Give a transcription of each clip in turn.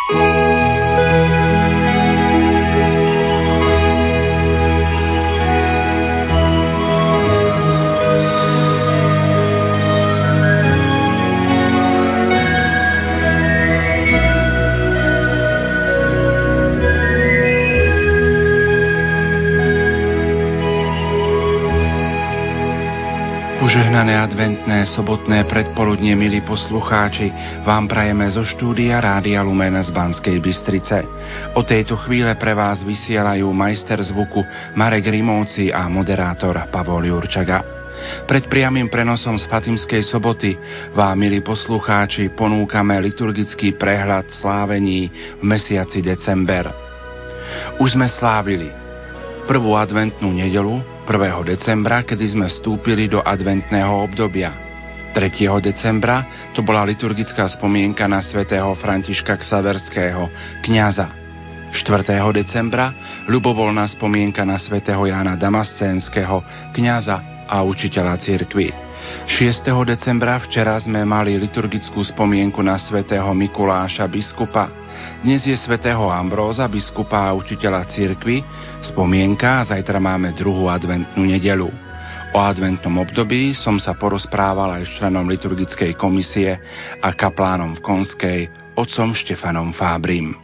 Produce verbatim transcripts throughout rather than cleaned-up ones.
Požehnané adventné sobotné predpoludnie, milí poslucháči, vám prajeme zo štúdia Rádia Lumen z Banskej Bystrice. O tejto chvíle pre vás vysielajú majster zvuku Marek Rimóci a moderátor Pavol Jurčaga. Pred priamym prenosom z Fatimskej soboty vám, milí poslucháči, ponúkame liturgický prehľad slávení v mesiaci december. Už sme slávili prvú adventnú nedeľu, prvého decembra, kedy sme vstúpili do adventného obdobia. tretieho decembra to bola liturgická spomienka na svätého Františka Xaverského, kňaza. štvrtého decembra ľubovoľná spomienka na svätého Jána Damascénskeho, kňaza a učiteľa cirkvi. šiesteho decembra včera sme mali liturgickú spomienku na svätého Mikuláša, biskupa. Dnes je svätého Ambróza, biskupa a učiteľa cirkvi, spomienka a zajtra máme druhú adventnú nedeľu. O adventnom období som sa porozprával aj s členom liturgickej komisie a kaplánom v Konskej, otcom Štefanom Fábrim.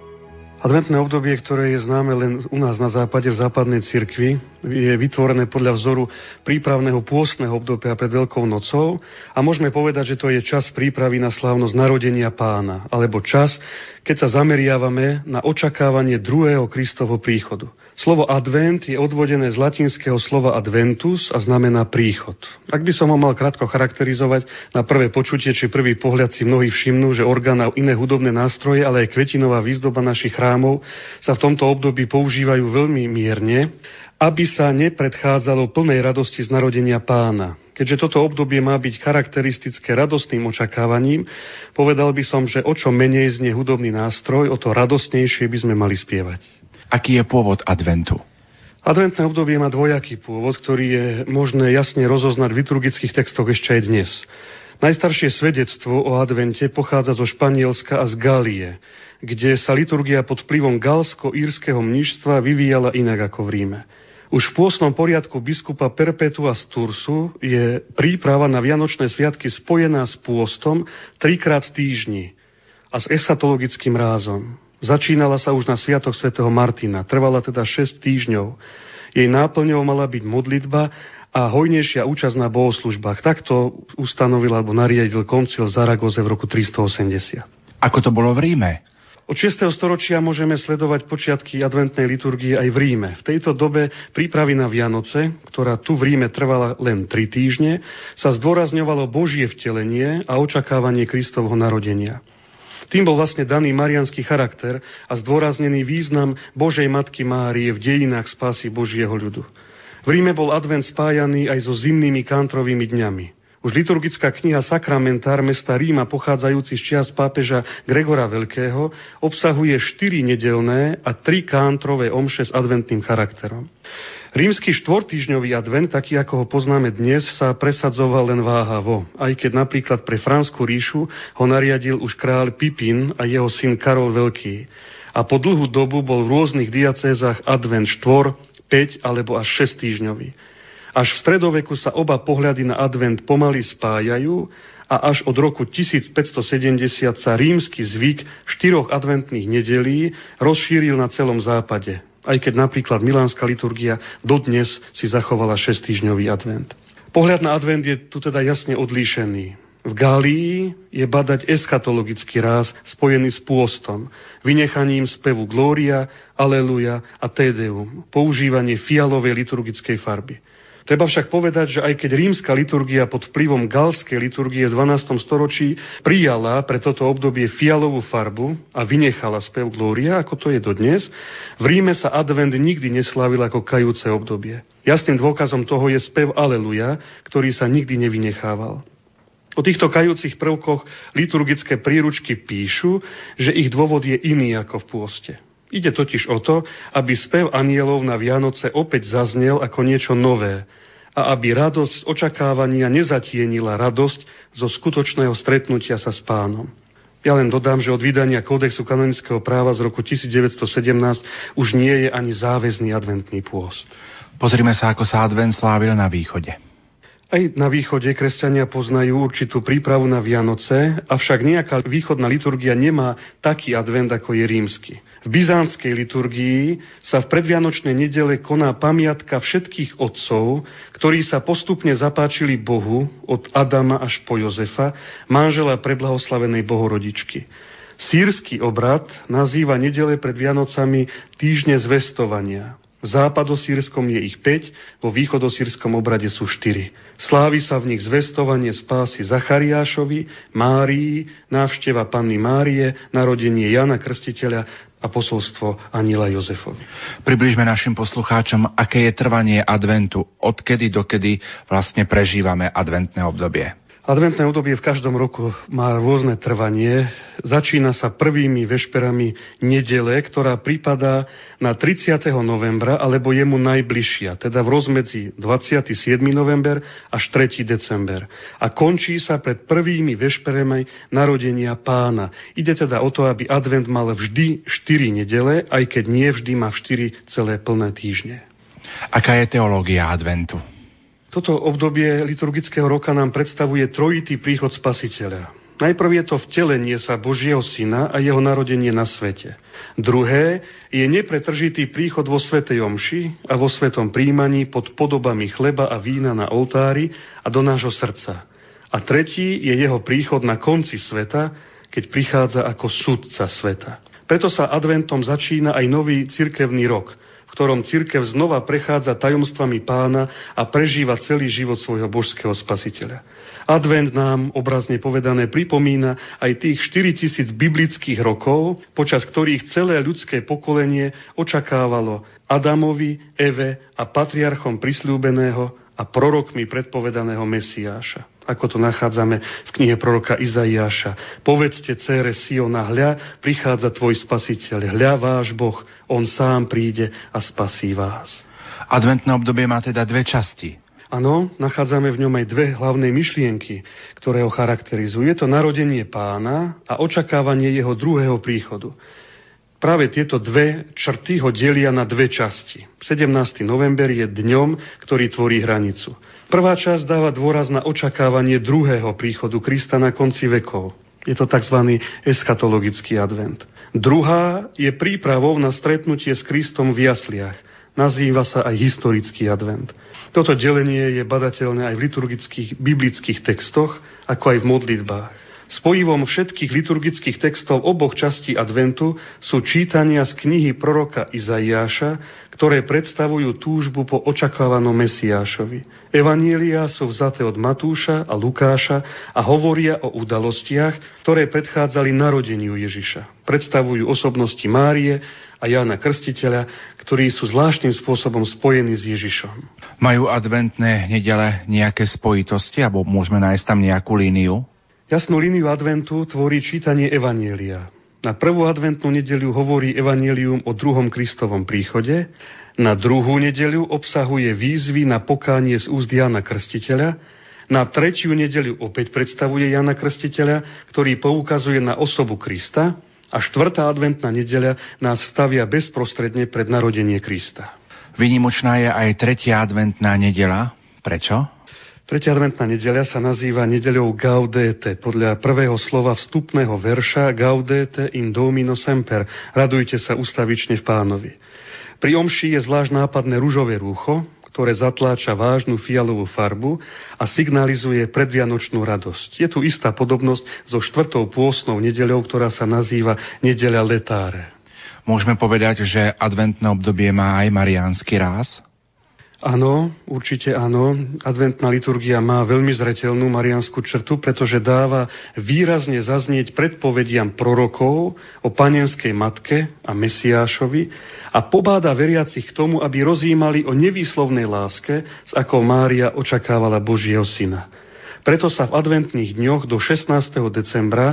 Adventné obdobie, ktoré je známe len u nás na západe, v západnej cirkvi, je vytvorené podľa vzoru prípravného pôstneho obdobia pred Veľkou nocou a môžeme povedať, že to je čas prípravy na slávnosť narodenia Pána, alebo čas, keď sa zameriavame na očakávanie druhého Kristovho príchodu. Slovo advent je odvodené z latinského slova adventus a znamená príchod. Ak by som ho mal krátko charakterizovať, na prvé počutie či prvý pohľad si mnohí všimnú, že orgán a iné hudobné nástroje, ale aj kvetinová výzdoba našich chrámov sa v tomto období používajú veľmi mierne, aby sa nepredchádzalo plnej radosti z narodenia Pána. Keďže toto obdobie má byť charakteristické radostným očakávaním, povedal by som, že o čo menej znie hudobný nástroj, o to radostnejšie by sme mali spievať. Aký je pôvod adventu? Adventné obdobie má dvojaký pôvod, ktorý je možné jasne rozoznať v liturgických textoch ešte aj dnes. Najstaršie svedectvo o advente pochádza zo Španielska a z Galie, kde sa liturgia pod vplyvom galsko-írskeho mníštva vyvíjala inak ako v Ríme. Už v pôstnom poriadku biskupa Perpetua z Tursu je príprava na vianočné sviatky spojená s pôstom trikrát v týždni a s eschatologickým rázom. Začínala sa už na sviatok svätého Martina, trvala teda šesť týždňov. Jej náplňou mala byť modlitba a hojnejšia účasť na bohoslužbách. Takto ustanovil alebo nariadil koncil Zaragoze v roku tristoosemdesiat. Ako to bolo v Ríme? Od šiesteho storočia môžeme sledovať počiatky adventnej liturgie aj v Ríme. V tejto dobe prípravy na Vianoce, ktorá tu v Ríme trvala len tri týždne, sa zdôrazňovalo Božie vtelenie a očakávanie Kristovho narodenia. Tým bol vlastne daný mariánsky charakter a zdôraznený význam Božej Matky Márie v dejinách spásy Božieho ľudu. V Ríme bol advent spájaný aj so zimnými kantrovými dňami. Už liturgická kniha Sakramentár mesta Ríma, pochádzajúci z čias pápeža Gregora Veľkého, obsahuje štyri nedeľné a tri kántrové omše s adventným charakterom. Rímsky štvortýždňový advent, taký ako ho poznáme dnes, sa presadzoval len váhavo, aj keď napríklad pre Fransku ríšu ho nariadil už kráľ Pipin a jeho syn Karol Veľký. A po dlhú dobu bol v rôznych diacézach advent štvor, päť alebo až šesť týždňový. Až v stredoveku sa oba pohľady na advent pomaly spájajú a až od roku tisícpäťstosedemdesiat sa rímsky zvyk štyroch adventných nedelí rozšíril na celom západe. Aj keď napríklad milánska liturgia dodnes si zachovala šesťtýždňový advent. Pohľad na advent je tu teda jasne odlíšený. V Gálii je badať eschatologický ráz spojený s pôstom, vynechaním spevu Glória, Aleluja a Te Deum, používanie fialovej liturgickej farby. Treba však povedať, že aj keď rímska liturgia pod vplyvom galskej liturgie v dvanástom storočí prijala pre toto obdobie fialovú farbu a vynechala spev Glória, ako to je dodnes, v Ríme sa advent nikdy neslávil ako kajúce obdobie. Jasným dôkazom toho je spev Aleluja, ktorý sa nikdy nevynechával. O týchto kajúcich prvkoch liturgické príručky píšu, že ich dôvod je iný ako v pôste. Ide totiž o to, aby spev anjelov na Vianoce opäť zaznel ako niečo nové a aby radosť z očakávania nezatienila radosť zo skutočného stretnutia sa s Pánom. Ja len dodám, že od vydania Kódexu kanonického práva z roku devätnásť sedemnásť už nie je ani záväzný adventný pôst. Pozrime sa, ako sa advent slávil na východe. Aj na východe kresťania poznajú určitú prípravu na Vianoce, avšak nejaká východná liturgia nemá taký advent, ako je rímsky. V byzantskej liturgii sa v predvianočnej nedele koná pamiatka všetkých otcov, ktorí sa postupne zapáčili Bohu od Adama až po Jozefa, manžela preblahoslavenej Bohorodičky. Sýrsky obrad nazýva nedele pred Vianocami týždne zvestovania. V západosýrskom je ich päť, vo východosýrskom obrade sú štyri. Slávi sa v nich zvestovanie spásy Zachariášovi, Márii, návšteva Panny Márie, narodenie Jana Krstiteľa a posolstvo anjela Jozefovi. Približme našim poslucháčom, aké je trvanie adventu, odkedy dokedy vlastne prežívame adventné obdobie. Adventné obdobie v každom roku má rôzne trvanie. Začína sa prvými vešperami nedele, ktorá pripadá na tridsiateho novembra, alebo jemu najbližšia, teda v rozmedzi dvadsiateho siedmeho november až tretieho december. A končí sa pred prvými vešperami narodenia Pána. Ide teda o to, aby advent mal vždy štyri nedele, aj keď nie vždy má štyri celé plné týždne. Aká je teológia adventu? Toto obdobie liturgického roka nám predstavuje trojitý príchod Spasiteľa. Najprv je to vtelenie sa Božieho Syna a jeho narodenie na svete. Druhé je nepretržitý príchod vo svätej omši a vo svetom príjmaní pod podobami chleba a vína na oltári a do nášho srdca. A tretí je jeho príchod na konci sveta, keď prichádza ako sudca sveta. Preto sa adventom začína aj nový cirkevný rok, v ktorom cirkev znova prechádza tajomstvami Pána a prežíva celý život svojho božského Spasiteľa. Advent nám, obrazne povedané, pripomína aj tých štyritisíc biblických rokov, počas ktorých celé ľudské pokolenie očakávalo Adamovi, Eve a patriarchom prisľúbeného a prorokmi predpovedaného Mesiáša. Ako to nachádzame v knihe proroka Izaiáša. Povedzte dcére Siona, hľa, prichádza tvoj Spasiteľ, hľa váš Boh, on sám príde a spasí vás. Adventné obdobie má teda dve časti. Áno, nachádzame v ňom aj dve hlavné myšlienky, ktoré ho charakterizujú. Je to narodenie Pána a očakávanie jeho druhého príchodu. Práve tieto dve črty ho delia na dve časti. sedemnásteho november je dňom, ktorý tvorí hranicu. Prvá časť dáva dôraz na očakávanie druhého príchodu Krista na konci vekov. Je to tzv. Eschatologický advent. Druhá je prípravou na stretnutie s Kristom v jasliach. Nazýva sa aj historický advent. Toto delenie je badateľné aj v liturgických biblických textoch, ako aj v modlitbách. Spojivom všetkých liturgických textov oboch častí adventu sú čítania z knihy proroka Izaiáša, ktoré predstavujú túžbu po očakávanom Mesiášovi. Evanjeliá sú vzaté od Matúša a Lukáša a hovoria o udalostiach, ktoré predchádzali narodeniu Ježiša. Predstavujú osobnosti Márie a Jána Krstiteľa, ktorí sú zvláštnym spôsobom spojení s Ježišom. Majú adventné nedele nejaké spojitosti, alebo môžeme nájsť tam nejakú líniu? Jasnú líniu adventu tvorí čítanie Evanjelia. Na prvú adventnú nedeľu hovorí Evanjelium o druhom Kristovom príchode, na druhú nedeľu obsahuje výzvy na pokánie z úst Jána Krstiteľa, na tretiu nedeľu opäť predstavuje Jána Krstiteľa, ktorý poukazuje na osobu Krista, a štvrtá adventná nedeľa nás stavia bezprostredne pred narodenie Krista. Výnimočná je aj tretia adventná nedeľa. Prečo? Tretia adventná nedeľa sa nazýva nedeľou Gaudete, podľa prvého slova vstupného verša Gaudete in Domino semper, radujte sa ustavične v Pánovi. Pri omši je zvlášť nápadné ružové rúcho, ktoré zatláča vážnu fialovú farbu a signalizuje predvianočnú radosť. Je tu istá podobnosť so štvrtou pôstnou nedeľou, ktorá sa nazýva nedeľa Letáre. Môžeme povedať, že adventné obdobie má aj mariánsky ráz? Áno, určite áno. Adventná liturgia má veľmi zreteľnú mariánsku črtu, pretože dáva výrazne zaznieť predpovediam prorokov o panenskej matke a Mesiášovi a pobáda veriacich k tomu, aby rozjímali o nevýslovnej láske, s akou Mária očakávala Božieho syna. Preto sa v adventných dňoch do šestnásteho decembra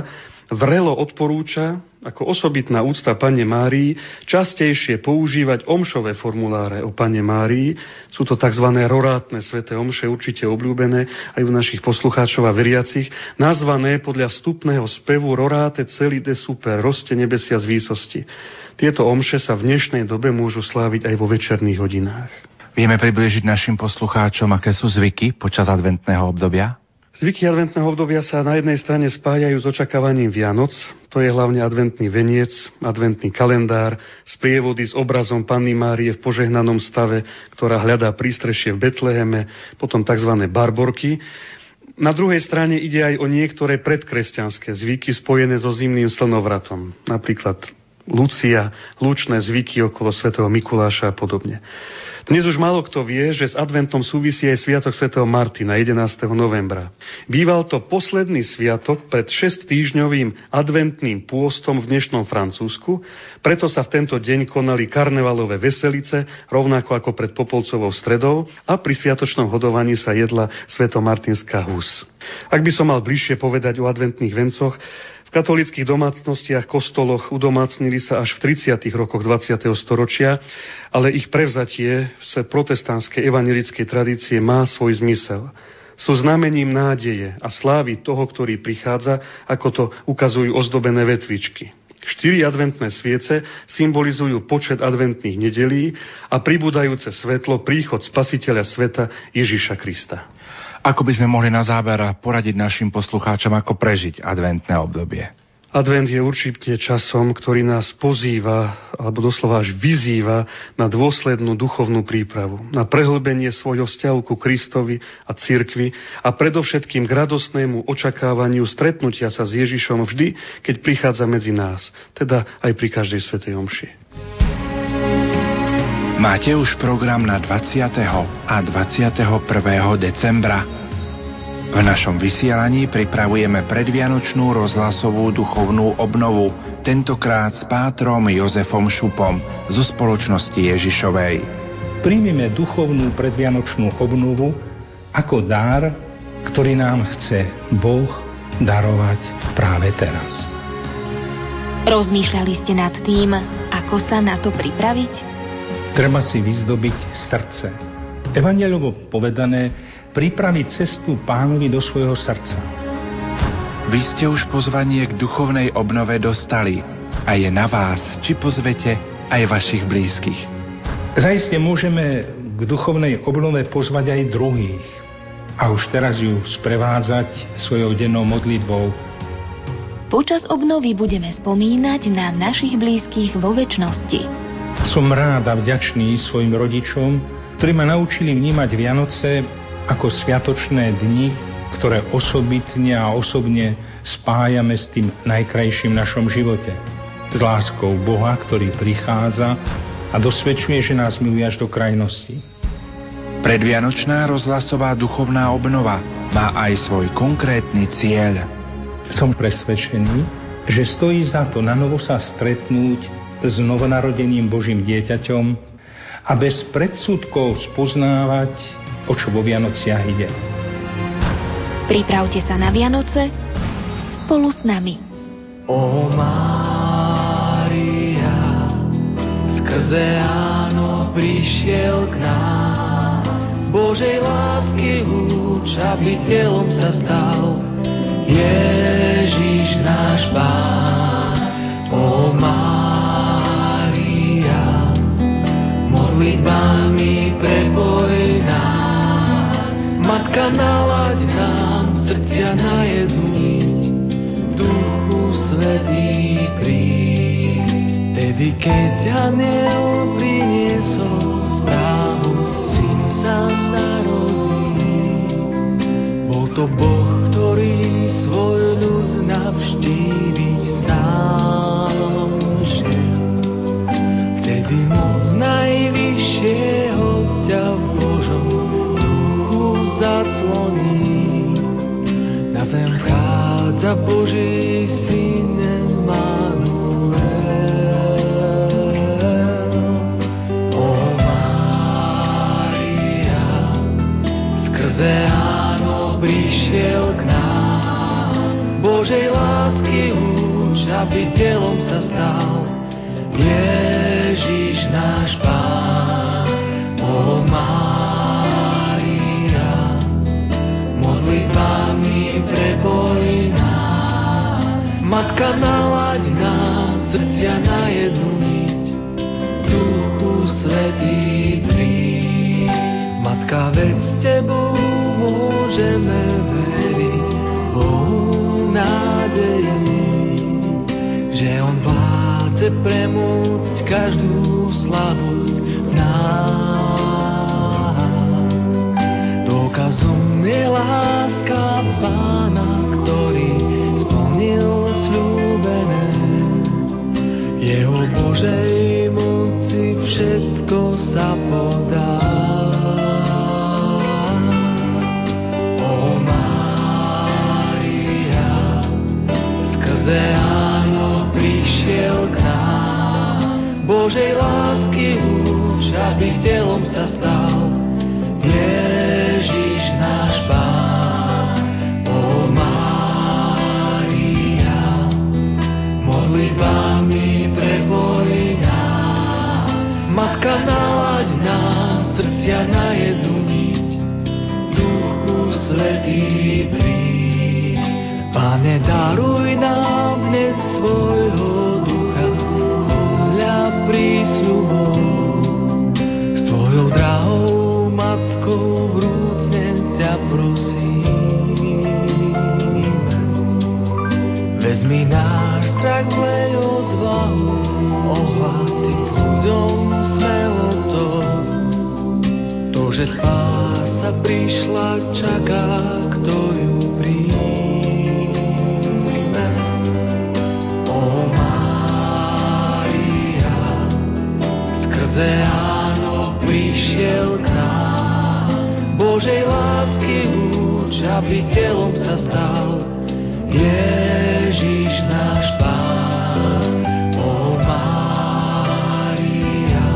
vrelo odporúča ako osobitná úcta Panne Márii častejšie používať omšové formuláre o Panne Márii. Sú to tzv. Rorátne sväté omše, určite obľúbené aj u našich poslucháčov a veriacich, nazvané podľa vstupného spevu Rorate celi de super, roste nebesia z výsosti. Tieto omše sa v dnešnej dobe môžu sláviť aj vo večerných hodinách. Vieme priblížiť našim poslucháčom, aké sú zvyky počas adventného obdobia? Zvyky adventného obdobia sa na jednej strane spájajú s očakávaním Vianoc, to je hlavne adventný veniec, adventný kalendár, sprievody s obrazom Panny Márie v požehnanom stave, ktorá hľadá prístrešie v Betleheme, potom tzv. Barborky. Na druhej strane ide aj o niektoré predkresťanské zvyky spojené so zimným slnovratom, napríklad Lucia, lúčne zvyky okolo svätého Mikuláša a podobne. Dnes už málo kto vie, že s adventom súvisí aj sviatok svätého Martina jedenásteho novembra. Býval to posledný sviatok pred šesťtýždňovým adventným pôstom v dnešnom Francúzsku, preto sa v tento deň konali karnevalové veselice, rovnako ako pred Popolcovou stredou, a pri sviatočnom hodovaní sa jedla svetomartinská hus. Ak by som mal bližšie povedať o adventných vencoch, v katolíckych domácnostiach, kostoloch udomácnili sa až v tridsiatych rokoch dvadsiateho storočia, ale ich prevzatie z protestantskej evanjelickej tradície má svoj zmysel. Sú znamením nádeje a slávy toho, ktorý prichádza, ako to ukazujú ozdobené vetvičky. Štyri adventné sviece symbolizujú počet adventných nedelí a pribúdajúce svetlo príchod Spasiteľa sveta Ježiša Krista. Ako by sme mohli na záver poradiť našim poslucháčom, ako prežiť adventné obdobie? Advent je určite časom, ktorý nás pozýva, alebo doslova až vyzýva na dôslednú duchovnú prípravu, na prehlbenie svojho vzťahu ku Kristovi a cirkvi a predovšetkým k radostnému očakávaniu stretnutia sa s Ježišom vždy, keď prichádza medzi nás, teda aj pri každej svätej omši. Máte už program na dvadsiateho a dvadsiateho prvého decembra. V našom vysielaní pripravujeme predvianočnú rozhlasovú duchovnú obnovu, tentokrát s pátrom Jozefom Šupom zo spoločnosti Ježišovej. Príjmime duchovnú predvianočnú obnovu ako dar, ktorý nám chce Boh darovať práve teraz. Rozmýšľali ste nad tým, ako sa na to pripraviť? Treba si vyzdobiť srdce. Evanjelovo povedané, pripraviť cestu Pánovi do svojho srdca. Vy ste už pozvanie k duchovnej obnove dostali a je na vás, či pozvete aj vašich blízkych. Zaiste môžeme k duchovnej obnove pozvať aj druhých a už teraz ju sprevádzať svojou dennou modlitbou. Počas obnovy budeme spomínať na našich blízkych vo večnosti. Som rád a vďačný svojim rodičom, ktorí ma naučili vnímať Vianoce ako sviatočné dni, ktoré osobitne a osobne spájame s tým najkrajším v našom živote. S láskou Boha, ktorý prichádza a dosvedčuje, že nás miluje až do krajnosti. Predvianočná rozhlasová duchovná obnova má aj svoj konkrétny cieľ. Som presvedčený, že stojí za to nanovo sa stretnúť s novonarodeným Božím dieťaťom a bez predsudkov spoznávať, o čo vo Vianociach ide. Pripravte sa na Vianoce spolu s nami. O Mária, skrze áno prišiel k nám, Božej lásky lúč, aby telom sa stal Ježiš náš Pán. O Mária, modlitbami prepoj nás, Matka, nalaď nám srdcia na jednu niť, Duchu Svätý príď. Tedy keď anjel priniesol správu, Syn sa narodí, bol to Boh, ktorý svoj ľud navštíviť sám šiel. Vtedy moc najvyššieho ťa v Božom duchu zacloní. Na zem vchádza Boží Syn Emanuel. O Mária, skrze áno prišiel aby telom sa stal. Ježiš náš Pán, o Mária, modlitbami prepoj nás. Matka, nalaď nám srdcia na jednu niť, Duchu Svätý príď. Matka, veď s Tebou môžeme veriť, Bohu nádeji, že On vládze premôcť každú slabosť v nás. Dôkazom je láska Pána, ktorý splnil sľúbené. Jeho Božej moci všetko sa podá. O Mária, skrze áno prišiel k nám, Božej lásky lúč, aby telom sa stal. Ježiš náš Pán, o Mária, modlitbami prepoj nás. Matka, nalaď nám srdcia na jednu niť, Duchu Svätý príď. Pane, daruj nám dnes svojho ducha podľa prísľubov. S tvojou drahou matkou vrúcne ťa prosím. Vezmi náš strach, vlej odvahu, ohlásiť ľuďom smelo to, to, že spása prišla, čaká, kto ju príjme. O Mária, skrze áno prišiel k nám, Božej lásky lúč, aby telom sa stal. Ježiš náš Pán, o Mária,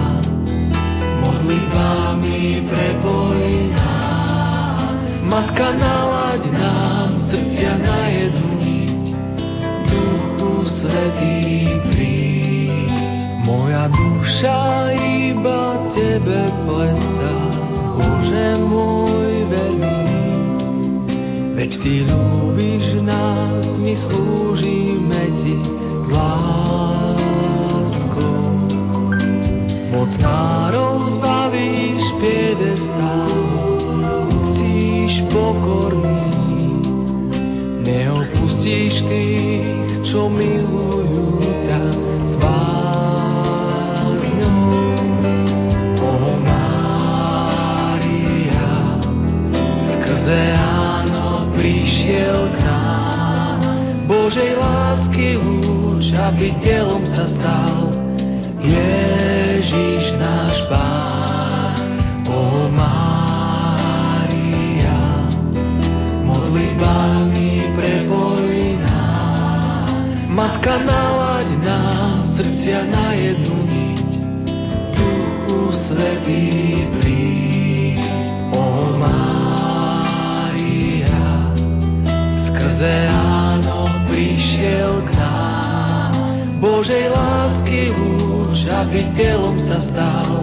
modlitbami prepoj nás. Matka, nalaď nám srdcia na jednu niť, Duchu Svätý príď. Moja duša iba Tebe plesá, Bože môj verný, veď Ty ľúbiš nás, my slúžime Ti s láskou. Moc národ zbavíš piedestálu, uctíš pokorný, neopustíš tých, čo milujú ťa s bázňou. O Mária, skrze áno prišiel k nám, Božej lásky lúč, aby telom sa stal. Ježiš náš Pán, o Mária, modlitbami prepoj nás. Matka, nalaď nám srdcia na jednu niť, Duchu Svätý príď. O Mária, skrze áno prišiel k nám, Božej lásky lúč, aby telom sa stal.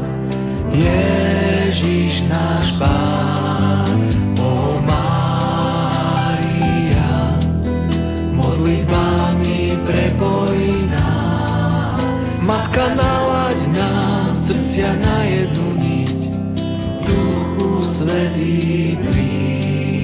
Ježiš náš Pán, o Mária, modlitbami prepoj nás. Matka, nalaď nám srdcia na jednu niť, Duchu Svätý príď.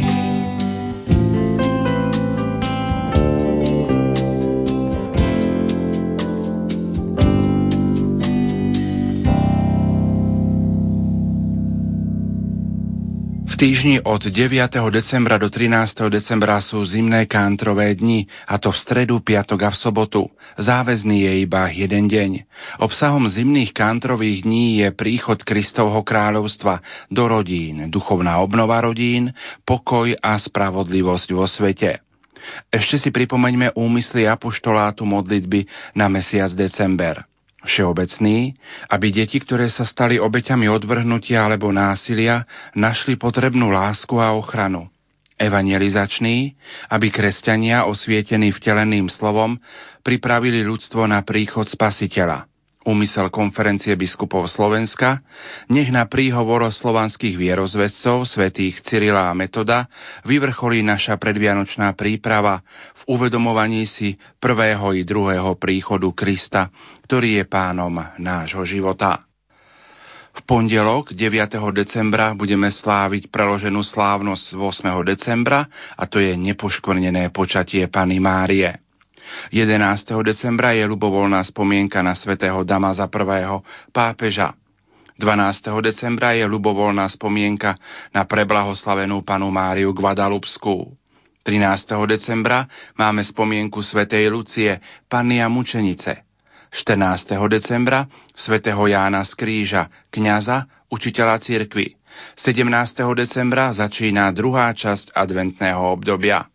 V týždni od deviateho decembra do trinásteho decembra sú zimné kántrové dni, a to v stredu, piatok a v sobotu. Záväzný je iba jeden deň. Obsahom zimných kantrových dní je príchod Kristovho kráľovstva do rodín, duchovná obnova rodín, pokoj a spravodlivosť vo svete. Ešte si pripomeňme úmysly apoštolátu modlitby na mesiac december. Všeobecný, aby deti, ktoré sa stali obeťami odvrhnutia alebo násilia, našli potrebnú lásku a ochranu. evangelizačný, aby kresťania osvietení vteleným slovom pripravili ľudstvo na príchod Spasiteľa. Úmysel Konferencie biskupov Slovenska, nech na príhovor slovanských vierozvedcov svätých Cyrila a Metoda vyvrcholí naša predvianočná príprava v uvedomovaní si prvého i druhého príchodu Krista, ktorý je pánom nášho života. V pondelok deviateho decembra budeme sláviť preloženú slávnosť ôsmeho decembra, a to je nepoškvrnené počatie Panny Márie. jedenásteho decembra je ľubovoľná spomienka na svätého Damaza I. pápeža. dvanásteho decembra je ľubovoľná spomienka na preblahoslavenú Pannu Máriu Guadalupskú. trinásteho decembra máme spomienku svätej Lucie, Panny a mučenice. štrnásteho decembra svätého Jána z Kríža, kňaza, učiteľa cirkvi. sedemnásteho decembra začína druhá časť adventného obdobia.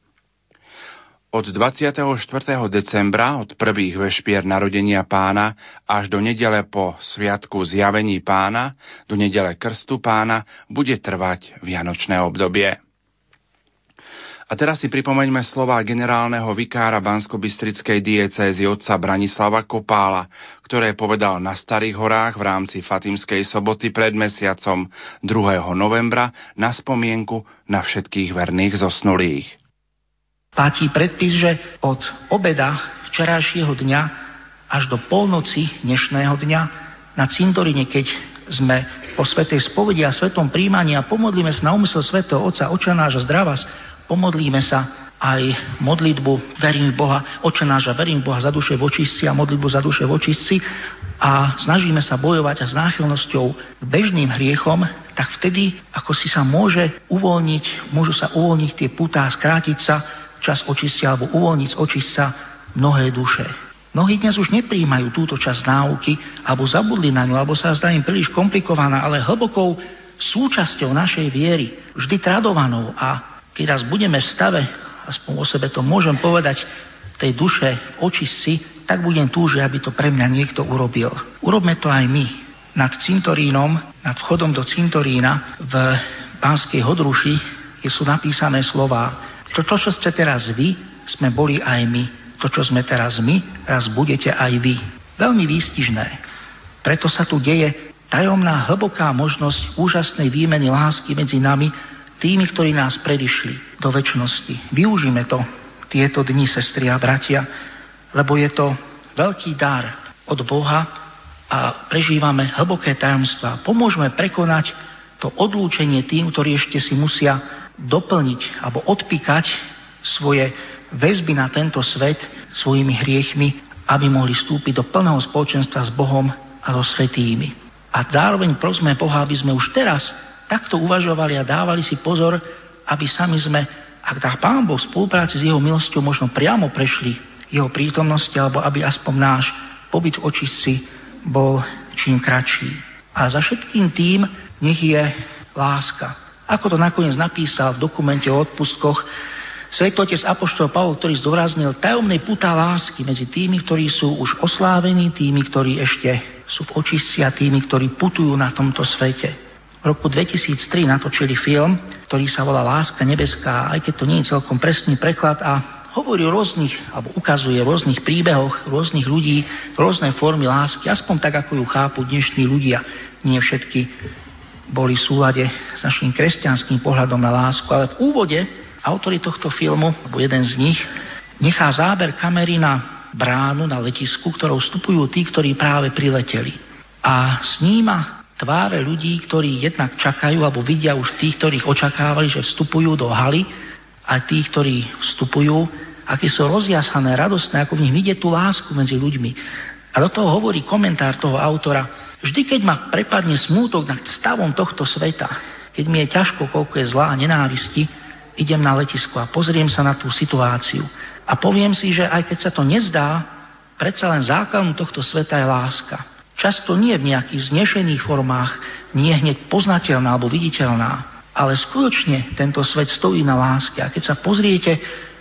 Od dvadsiateho štvrtého decembra, od prvých vešpier narodenia Pána až do nedele po sviatku Zjavení Pána, do nedele Krstu Pána, bude trvať vianočné obdobie. A teraz si pripomeňme slová generálneho vikára banskobystrickej diecézy otca Branislava Kopála, ktoré povedal na Starých horách v rámci Fatimskej soboty pred mesiacom druhého novembra na spomienku na všetkých verných zosnulých. Platí predpis, že od obeda včerajšieho dňa až do polnoci dnešného dňa na cintoríne, keď sme po svätej spovedi a svetom príjmaní a pomodlíme sa na úmysel svätého Otca, Oče náš a zdravás, pomodlíme sa aj modlitbu Verím v Boha, Oče náš a verím v Boha za duše vočistci a modlitbu za duše vočistci a snažíme sa bojovať a s náchylnosťou k bežným hriechom, tak vtedy, ako si sa môže uvoľniť, môžu sa uvoľniť tie pútá, skrátiť sa čas očistia alebo uvoľniť z očistca mnohé duše. Mnohí dnes už neprijímajú túto časť náuky alebo zabudli na ňu, alebo sa zdá im príliš komplikovaná, ale hlbokou súčasťou našej viery, vždy tradovanou, a keď raz budeme v stave, aspoň o sebe to môžem povedať, tej duše očistci, tak budem túžiť, aby to pre mňa niekto urobil. Urobme to aj my. Nad cintorínom, nad vchodom do cintorína v Banskej Hodruši sú napísané slová: To, čo ste teraz vy, sme boli aj my. To, čo sme teraz my, raz budete aj vy. Veľmi výstižné. Preto sa tu deje tajomná, hlboká možnosť úžasnej výmeny lásky medzi nami, tými, ktorí nás predišli do večnosti. Využíme to, tieto dni, sestry a bratia, lebo je to veľký dar od Boha a prežívame hlboké tajomstvá. Pomôžeme prekonať to odlúčenie tým, ktorí ešte si musia doplniť alebo odpíkať svoje väzby na tento svet svojimi hriechmi, aby mohli vstúpiť do plného spoločenstva s Bohom a so svätými. A zároveň prosme Boha, aby sme už teraz takto uvažovali a dávali si pozor, aby sami sme, ak dá Pán Boh v spolupráci s jeho milosťou, možno priamo prešli jeho prítomnosti, alebo aby aspoň náš pobyt v očistci bol čím kratší. A za všetkým tým nech je láska. Ako to nakoniec napísal v dokumente o odpustkoch svätý otec apoštol Pavol, ktorý zdôraznil tajomnej púta lásky medzi tými, ktorí sú už oslávení, tými, ktorí ešte sú v očistci a tými, ktorí putujú na tomto svete. V roku dvetisíctri natočili film, ktorý sa volá Láska nebeská, aj keď to nie je celkom presný preklad, a hovorí o rôznych, alebo ukazuje o rôznych príbehoch, rôznych ľudí, rôzne formy lásky, aspoň tak, ako ju chápu dnešní ľudia. Nie všetky boli v súlade s našim kresťanským pohľadom na lásku. Ale v úvode autori tohto filmu, alebo jeden z nich, nechá záber kamery na bránu, na letisku, ktorou vstupujú tí, ktorí práve prileteli. A sníma tváre ľudí, ktorí jednak čakajú, alebo vidia už tých, ktorých očakávali, že vstupujú do haly, a tých, ktorí vstupujú, aké sú rozjasané, radostné, ako v nich vidieť tú lásku medzi ľuďmi. A do toho hovorí komentár toho autora: Vždy, keď ma prepadne smútok nad stavom tohto sveta, keď mi je ťažko, koľko je zla a nenávisti, idem na letisko a pozriem sa na tú situáciu. A poviem si, že aj keď sa to nezdá, predsa len základom tohto sveta je láska. Často nie v nejakých znešených formách, nie hneď poznateľná alebo viditeľná, ale skutočne tento svet stojí na láske. A keď sa pozriete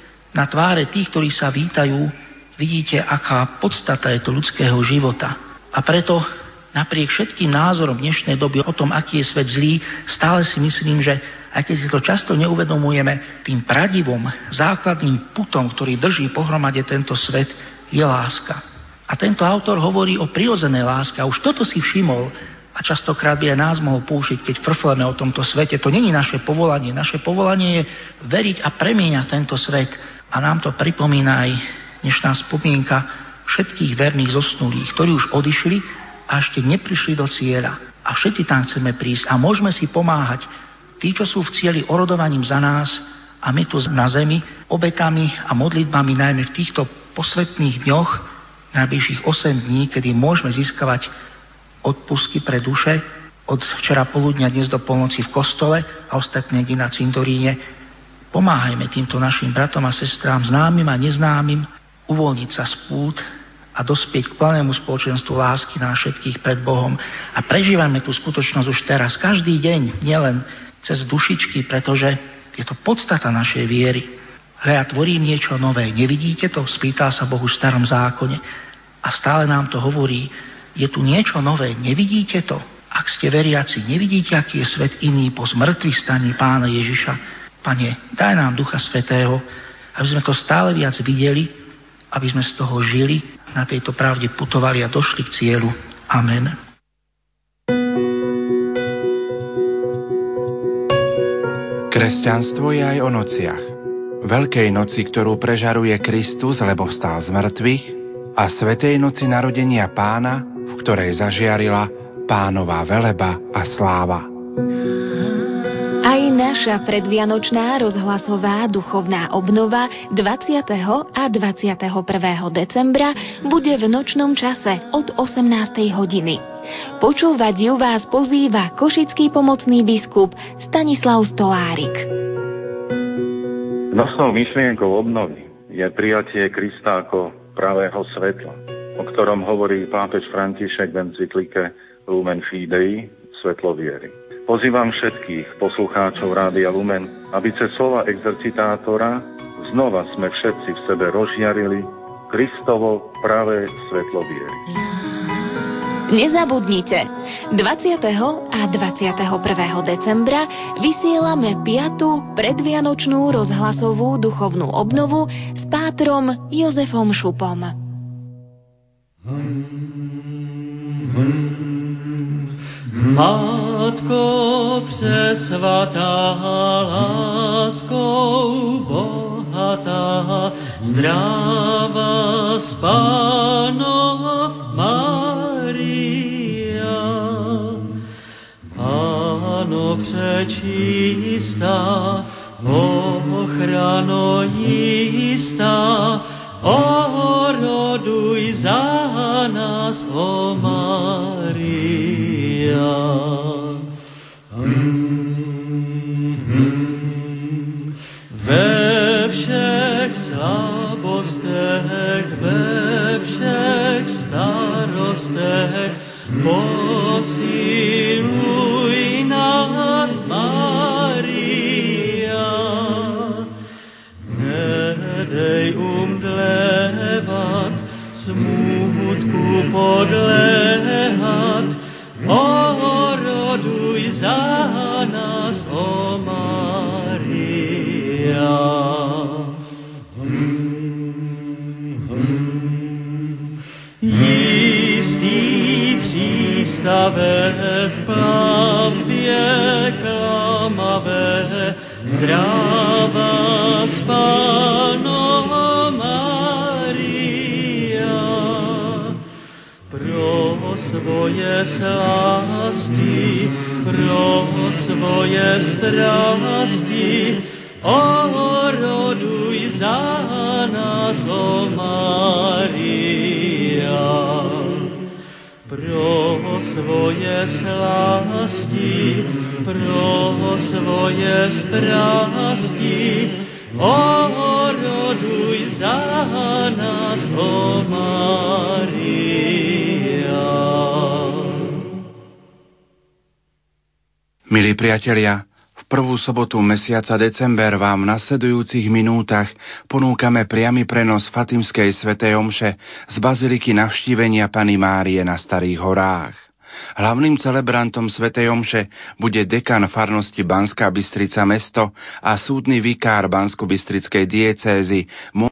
na tváre tých, ktorí sa vítajú, vidíte, aká podstata je to ľudského života. A preto napriek všetkým názorom dnešnej doby o tom, aký je svet zlý, stále si myslím, že aj keď si to často neuvedomujeme, tým pradivom, základným putom, ktorý drží pohromade tento svet, je láska. A tento autor hovorí o prirodzenej láske. A už toto si všimol a častokrát by aj nás mohol použiť, keď frfleme o tomto svete. To není naše povolanie. Naše povolanie je veriť a premieňať tento svet. A nám to pripomína aj dnešná spomienka všetkých verných zosnulých, ktorí už odišli a ešte neprišli do cieľa. A všetci tam chceme prísť a môžeme si pomáhať. Tí, čo sú v cieli orodovaním za nás a my tu na zemi obetami a modlitbami, najmä v týchto posvetných dňoch, najbližších osem dní, kedy môžeme získavať odpustky pre duše od včera poludnia dnes do polnoci v kostole a ostatné dni na cintoríne. Pomáhajme týmto našim bratom a sestrám, známym a neznámym, uvoľniť sa z pút a dospieť k plnému spoločenstvu lásky na všetkých pred Bohom. A prežívajme tú skutočnosť už teraz, každý deň, nielen cez dušičky, pretože je to podstata našej viery. Hľa, ja tvorím niečo nové. Nevidíte to? Spýtal sa Boh už v starom zákone. A stále nám to hovorí, je tu niečo nové. Nevidíte to? Ak ste veriaci, nevidíte, aký je svet iný po zmrtvých staní Pána Ježiša? Pane, daj nám Ducha Svätého, aby sme to stále viac videli, aby sme z toho žili, na tejto pravde putovali a došli k cieľu. Amen. Kresťanstvo je aj o nociach. Veľkej noci, ktorú prežaruje Kristus, lebo vstal z mŕtvych, a svätej noci narodenia Pána, v ktorej zažiarila Pánova veleba a sláva. Aj naša predvianočná rozhlasová duchovná obnova dvadsiateho a dvadsiateho prvého decembra bude v nočnom čase od osemnástej hodiny. Počúvať ju vás pozýva košický pomocný biskup Stanislav Stolárik. Nosnou myšlienkou obnovy je prijatie Krista ako pravého svetla, o ktorom hovorí pápež František v encyklike Lumen Fidei, svetlo viery. Pozývam všetkých poslucháčov Rádia Lumen, aby cez slova exercitátora znova sme všetci v sebe rozžiarili Kristovo pravé svetlo viery. Nezabudnite, dvadsiateho a dvadsiateho prvého decembra vysielame piatu predvianočnú rozhlasovú duchovnú obnovu s pátrom Jozefom Šupom. Matko presvatá, láskou bohatá, zdravá s Pánom Mária. Páno prečistá, ochrano istá, oroduj za nás, o Mária. Ve všech slabostech, ve všech starostech posiluj nás, Mária. Nedej umdlevat, smutku podléhat, oroduj za nás, o Mária. Jistý přístave v plavbě klamavé, zdravá s Pánom Mária. Pro svoje slasti, pro svoje strasti, oroduj za nás, o Mária. Pro svoje slasti, pro svoje strasti, oroduj za nás, o Mária. Milí priatelia, v prvú sobotu mesiaca december vám v nasledujúcich minútach ponúkame priamy prenos Fatimskej svätej omše z baziliky Navštívenia Panny Márie na Starých horách. Hlavným celebrantom svätej omše bude dekan farnosti Banská Bystrica mesto a súdny vikár banskobystrickej diecézy